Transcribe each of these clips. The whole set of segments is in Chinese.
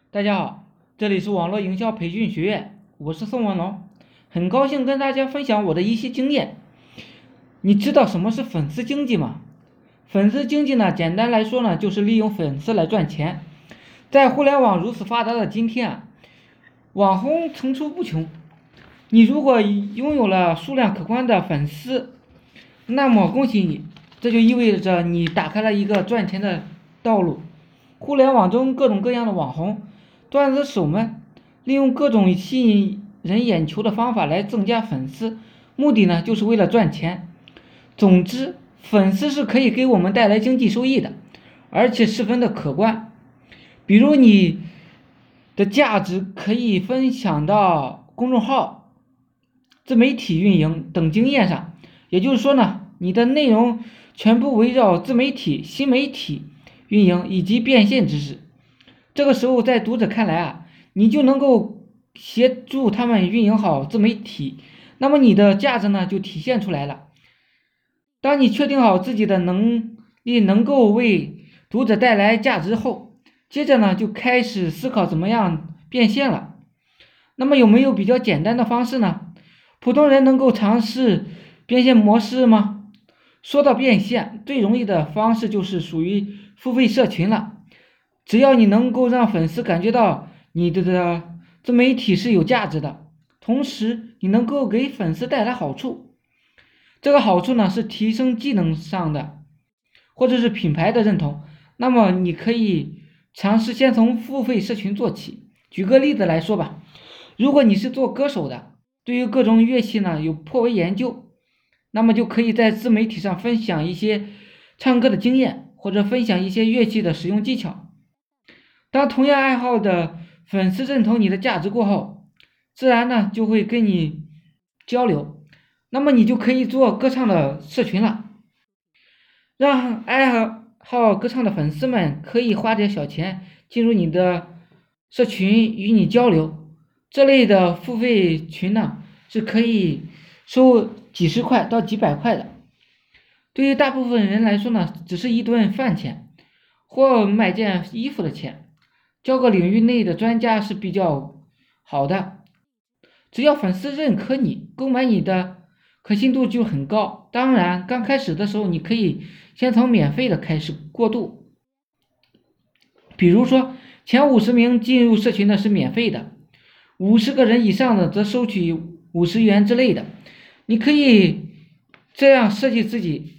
大家好，这里是网络营销培训学院，我是宋文龙，很高兴跟大家分享我的一些经验。你知道什么是粉丝经济吗？粉丝经济呢，简单来说呢，就是利用粉丝来赚钱。在互联网如此发达的今天啊，网红层出不穷。你如果拥有了数量可观的粉丝，那么恭喜你，这就意味着你打开了一个赚钱的道路。互联网中各种各样的网红、段子手们，利用各种吸引人眼球的方法来增加粉丝，目的呢就是为了赚钱。总之，粉丝是可以给我们带来经济收益的，而且十分的可观。比如你的价值可以分享到公众号、自媒体运营等经验上，也就是说呢，你的内容全部围绕自媒体、新媒体运营以及变现知识。这个时候，在读者看来啊，你就能够协助他们运营好自媒体，那么你的价值呢就体现出来了。当你确定好自己的能力能够为读者带来价值后，接着呢就开始思考怎么样变现了。那么有没有比较简单的方式呢？普通人能够尝试变现模式吗？说到变现，最容易的方式就是属于付费社群了。只要你能够让粉丝感觉到你的自媒体是有价值的，同时你能够给粉丝带来好处，这个好处呢是提升技能上的，或者是品牌的认同，那么你可以尝试先从付费社群做起。举个例子来说吧，如果你是做歌手的，对于各种乐器呢有颇为研究，那么就可以在自媒体上分享一些唱歌的经验，或者分享一些乐器的使用技巧。当同样爱好的粉丝认同你的价值过后，自然呢就会跟你交流，那么你就可以做歌唱的社群了，让爱好歌唱的粉丝们可以花点小钱进入你的社群与你交流。这类的付费群呢是可以收几十块到几百块的，对于大部分人来说呢，只是一顿饭钱或买件衣服的钱。交个领域内的专家是比较好的，只要粉丝认可你，购买你的可信度就很高。当然，刚开始的时候，你可以先从免费的开始过渡，比如说前50名进入社群的是免费的，50个人以上的则收取50元之类的。你可以这样设计自己。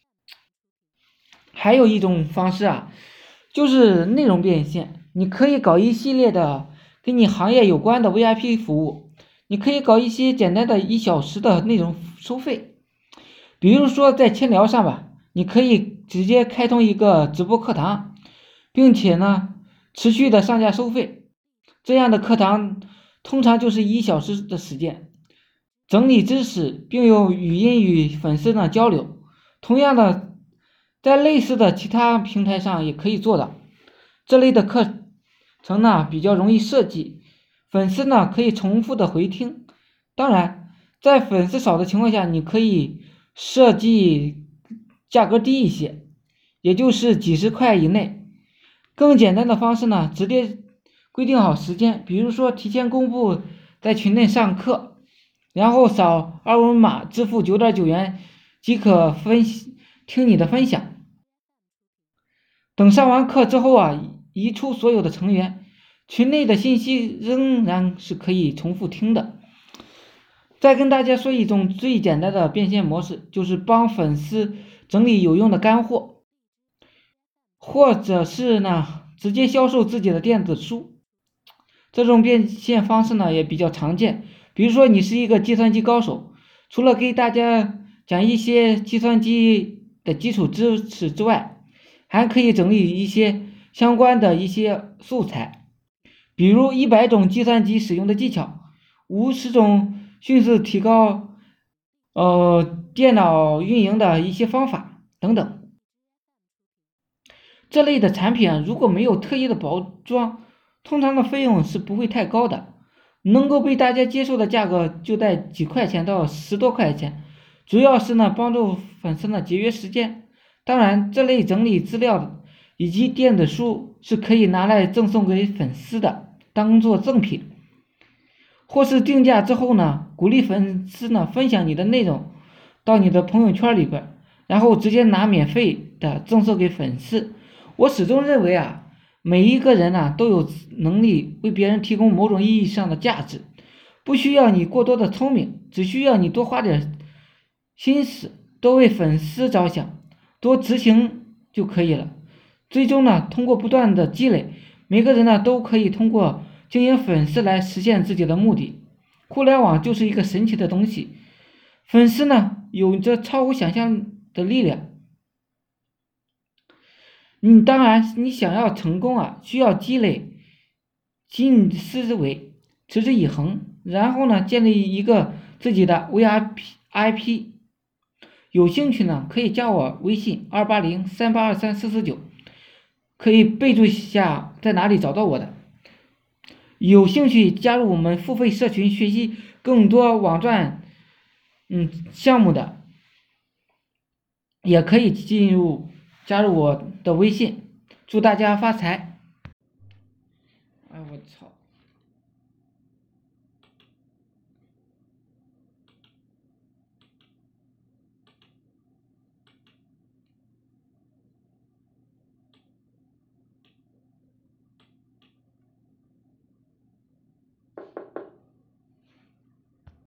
还有一种方式啊，就是内容变现。你可以搞一系列的跟你行业有关的 VIP 服务，你可以搞一些简单的1小时的内容收费，比如说在千聊上吧，你可以直接开通一个直播课堂，并且呢持续的上架收费。这样的课堂通常就是1小时的时间，整理知识，并用语音与粉丝呢交流。同样的，在类似的其他平台上也可以做到。这类的课程呢比较容易设计，粉丝呢可以重复的回听。当然，在粉丝少的情况下，你可以设计价格低一些，也就是几十块以内。更简单的方式呢，直接规定好时间，比如说提前公布在群内上课，然后扫二维码支付9.9元即可听你的分享。等上完课之后啊，移出所有的成员，群内的信息仍然是可以重复听的。再跟大家说一种最简单的变现模式，就是帮粉丝整理有用的干货，或者是呢直接销售自己的电子书。这种变现方式呢也比较常见。比如说你是一个计算机高手，除了给大家讲一些计算机的基础知识之外，还可以整理一些相关的一些素材，比如100种计算机使用的技巧，50种迅速提高电脑运营的一些方法等等。这类的产品啊，如果没有特意的包装，通常的费用是不会太高的，能够被大家接受的价格就在几块钱到10多块钱，主要是呢帮助粉丝呢节约时间。当然，这类整理资料以及电子书是可以拿来赠送给粉丝的，当做赠品。或是定价之后呢，鼓励粉丝呢分享你的内容到你的朋友圈里边，然后直接拿免费的赠送给粉丝。我始终认为啊，每一个人都有能力为别人提供某种意义上的价值，不需要你过多的聪明，只需要你多花点心思，多为粉丝着想，多执行就可以了。最终呢，通过不断的积累，每个人呢都可以通过经营粉丝来实现自己的目的。互联网就是一个神奇的东西，粉丝呢有着超乎想象的力量。当然，你想要成功需要积累新思维，持之以恒，然后呢，建立一个自己的 VIP。有兴趣呢，可以加我微信28038234449，可以备注一下在哪里找到我的。有兴趣加入我们付费社群学习更多网赚项目的，也可以加入我的微信。祝大家发财！